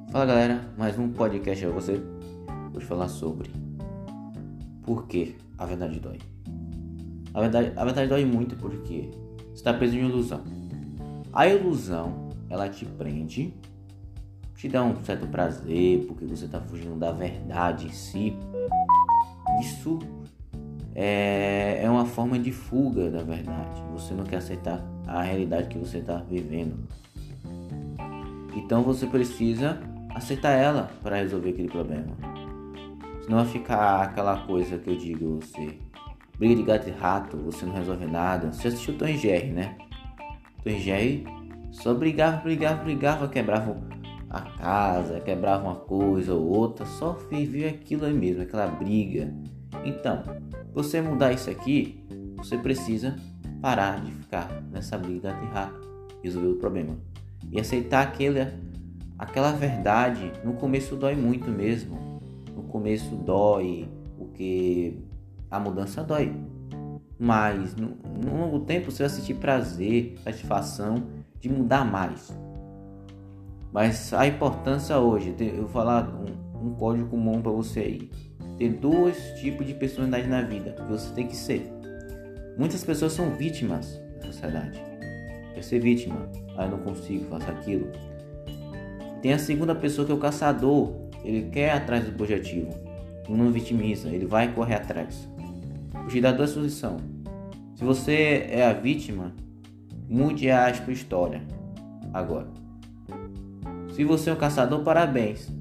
Fala galera, mais um podcast a você. Vou te falar sobre por que a verdade dói. A verdade dói muito porque você está preso em ilusão. A ilusão, ela te prende, te dá um certo prazer porque você está fugindo da verdade em si. Isso é uma forma de fuga da verdade. Você não quer aceitar a realidade que você está vivendo. Então você precisa aceitar ela para resolver aquele problema. Senão vai ficar aquela coisa que eu digo a você: briga de gato e rato, você não resolve nada. Você assistiu Tom e Jerry, né? Tom e Jerry só brigava, quebravam a casa, quebravam uma coisa ou outra, só vivia aquilo aí mesmo, aquela briga. Então, você mudar isso aqui, você precisa parar de ficar nessa briga de gato e rato, resolver o problema e aceitar aquela verdade. No começo dói muito mesmo. No começo dói, porque a mudança dói. Mas no longo tempo você vai sentir prazer, satisfação de mudar mais. Mas a importância hoje, eu vou falar um código comum para você aí. Tem dois tipos de personalidade na vida que você tem que ser. Muitas pessoas são vítimas da sociedade. Quer ser vítima? Eu não consigo, faço aquilo. Tem a segunda pessoa, que é o caçador. Ele quer ir atrás do objetivo, não vitimiza, ele vai correr atrás. Vou te dar duas soluções. Se você é a vítima, mude a sua história agora. Se você é um caçador, parabéns,